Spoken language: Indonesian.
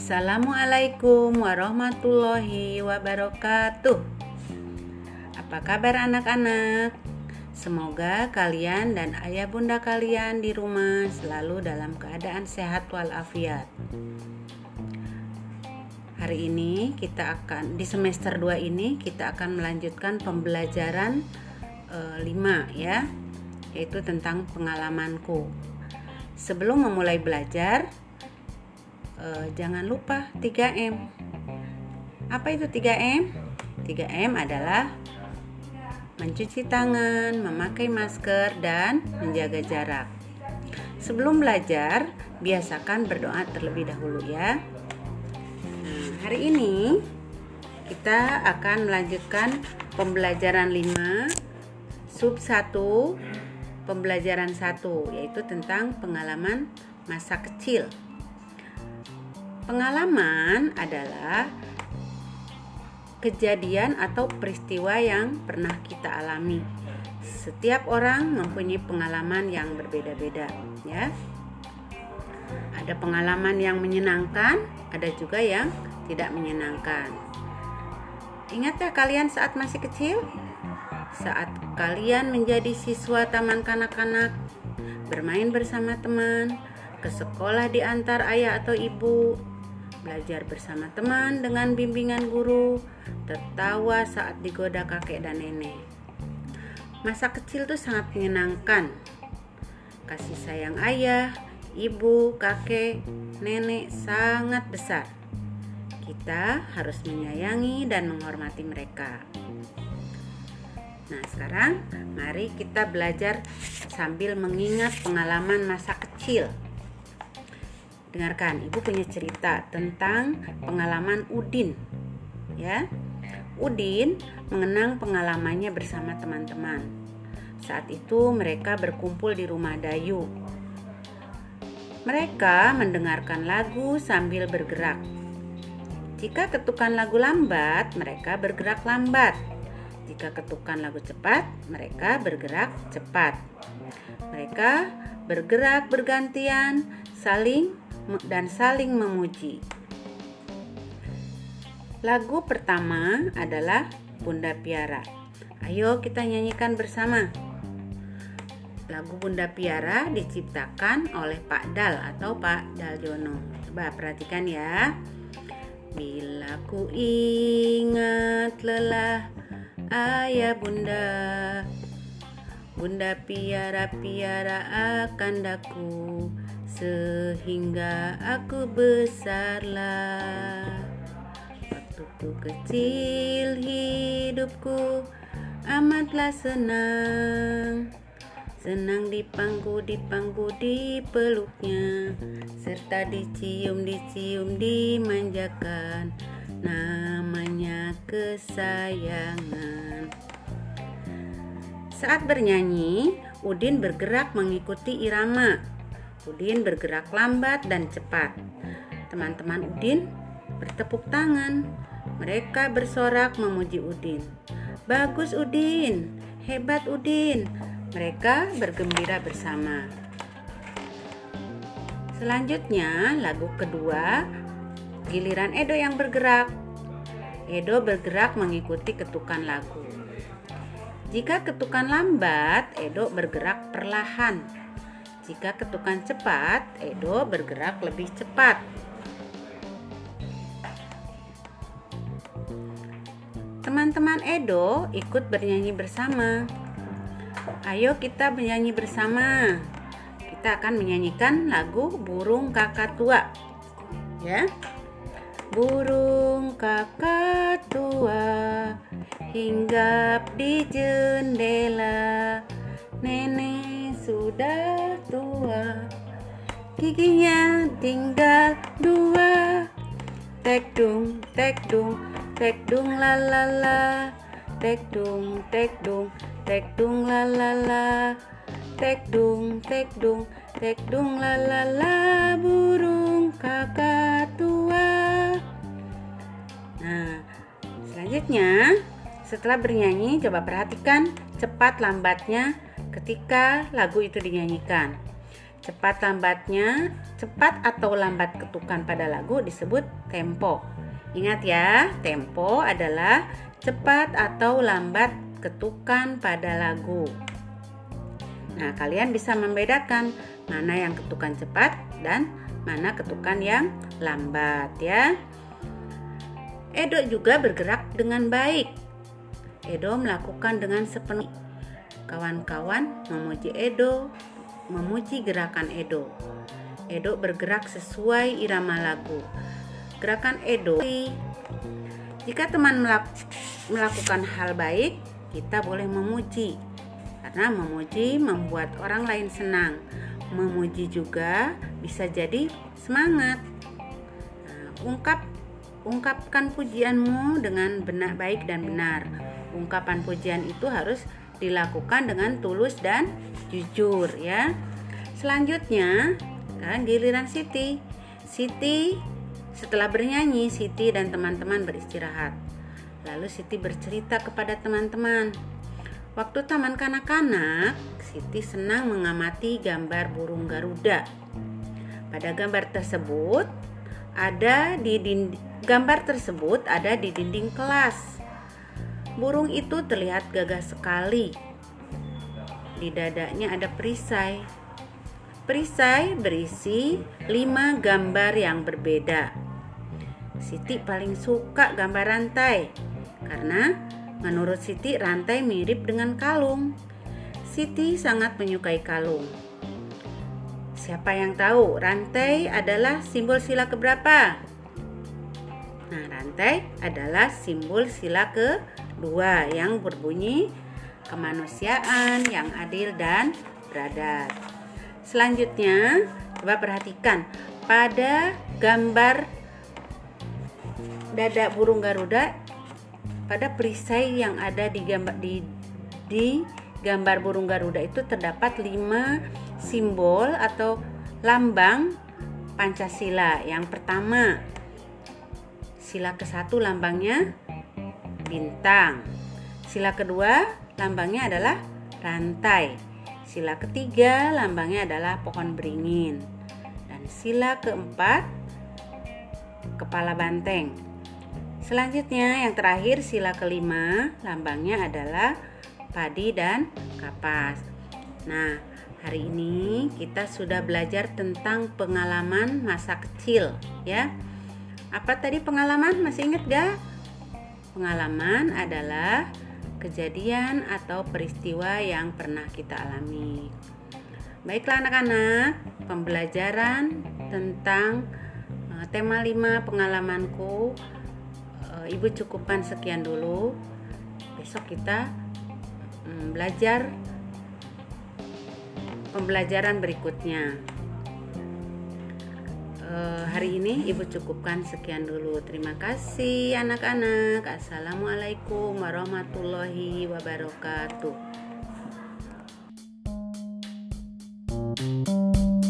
Assalamualaikum warahmatullahi wabarakatuh. Apa kabar anak-anak? Semoga kalian dan ayah bunda kalian di rumah selalu dalam keadaan sehat walafiat. Hari ini di semester 2 ini kita akan melanjutkan pembelajaran 5 ya, yaitu tentang pengalamanku. Sebelum memulai belajar, jangan lupa 3M. Apa itu 3M? 3M adalah mencuci tangan, memakai masker, dan menjaga jarak. Sebelum belajar, biasakan berdoa terlebih dahulu ya. Nah, hari ini kita akan melanjutkan pembelajaran 5 sub 1 pembelajaran 1, yaitu tentang pengalaman masa kecil. Pengalaman adalah kejadian atau peristiwa yang pernah kita alami. Setiap orang mempunyai pengalaman yang berbeda-beda, ya. Ada pengalaman yang menyenangkan, ada juga yang tidak menyenangkan. Ingat ya kalian saat masih kecil? Saat kalian menjadi siswa taman kanak-kanak, bermain bersama teman, ke sekolah diantar ayah atau ibu, belajar bersama teman dengan bimbingan guru, tertawa saat digoda kakek dan nenek. Masa kecil itu sangat menyenangkan. Kasih sayang ayah, ibu, kakek, nenek sangat besar. Kita harus menyayangi dan menghormati mereka. Nah, sekarang mari kita belajar sambil mengingat pengalaman masa kecil. Dengarkan, ibu punya cerita tentang pengalaman Udin. Ya, Udin mengenang pengalamannya bersama teman-teman. Saat itu mereka berkumpul di rumah Dayu. Mereka mendengarkan lagu sambil bergerak. Jika ketukan lagu lambat, mereka bergerak lambat. Jika ketukan lagu cepat, mereka bergerak cepat. Mereka bergerak bergantian, saling memuji. Lagu pertama adalah Bunda Piara. Ayo kita nyanyikan bersama. Lagu Bunda Piara diciptakan oleh Pak Dal atau Pak Daljono. Coba perhatikan ya. Bila ku ingat lelah ayah bunda, Bunda piara-piara akan daku, sehingga aku besarlah. Waktu kecil hidupku amatlah senang, senang dipangku di peluknya, serta dicium dimanjakan, namanya kesayangan. Saat bernyanyi, Udin bergerak mengikuti irama. Udin bergerak lambat dan cepat. Teman-teman Udin bertepuk tangan. Mereka bersorak memuji Udin. Bagus Udin, hebat Udin. Mereka bergembira bersama. Selanjutnya, lagu kedua, giliran Edo yang bergerak. Edo bergerak mengikuti ketukan lagu. Jika ketukan lambat, Edo bergerak perlahan. Jika ketukan cepat, Edo bergerak lebih cepat. Teman-teman Edo ikut bernyanyi bersama. Ayo kita bernyanyi bersama. Kita akan menyanyikan lagu Burung Kakak Tua. Ya. Burung kakak tua hinggap di jendela, nenek sudah tua, giginya tinggal 2. Tek dung la la la, tek dung la la la, tek dung la la la, burung kakak tua. Nah, selanjutnya setelah bernyanyi, coba perhatikan cepat lambatnya ketika lagu itu dinyanyikan. Cepat atau lambat ketukan pada lagu disebut tempo. Ingat ya, tempo adalah cepat atau lambat ketukan pada lagu. Nah, kalian bisa membedakan mana yang ketukan cepat dan mana ketukan yang lambat ya. Edo juga bergerak dengan baik. Edo melakukan dengan sepenuh. Kawan-kawan memuji Edo, memuji gerakan Edo. Edo bergerak sesuai irama lagu. Gerakan Edo. Jika teman melakukan hal baik, kita boleh memuji. Karena memuji membuat orang lain senang. Memuji juga bisa jadi semangat. Nah, ungkapkan pujianmu dengan baik dan benar. Ungkapan pujian itu harus dilakukan dengan tulus dan jujur ya. Selanjutnya, giliran Siti. Siti setelah bernyanyi, Siti dan teman-teman beristirahat. Lalu Siti bercerita kepada teman-teman. Waktu taman kanak-kanak, Siti senang mengamati gambar burung Garuda. Pada gambar tersebut ada di dinding kelas. Burung itu terlihat gagah sekali. Di dadanya ada perisai. Perisai berisi 5 gambar yang berbeda. Siti paling suka gambar rantai karena menurut Siti rantai mirip dengan kalung. Siti sangat menyukai kalung. Siapa yang tahu rantai adalah simbol sila keberapa? Nah, rantai adalah simbol sila kedua yang berbunyi kemanusiaan yang adil dan beradab. Selanjutnya, coba perhatikan pada gambar dada burung Garuda, pada perisai yang ada di gambar burung Garuda itu terdapat 5 simbol atau lambang Pancasila. Yang pertama, sila ke-1 lambangnya bintang. Sila kedua lambangnya adalah rantai. Sila ketiga lambangnya adalah pohon beringin. Dan sila keempat kepala banteng. Selanjutnya yang terakhir sila kelima lambangnya adalah padi dan kapas. Nah, hari ini kita sudah belajar tentang pengalaman masa kecil ya. Apa tadi pengalaman? Masih ingat gak? Pengalaman adalah kejadian atau peristiwa yang pernah kita alami. Baiklah anak-anak, pembelajaran tentang tema 5 pengalamanku Ibu cukupkan sekian dulu. Besok kita belajar pembelajaran berikutnya. Hari ini Ibu cukupkan sekian dulu. Terima kasih anak-anak. Assalamualaikum warahmatullahi wabarakatuh.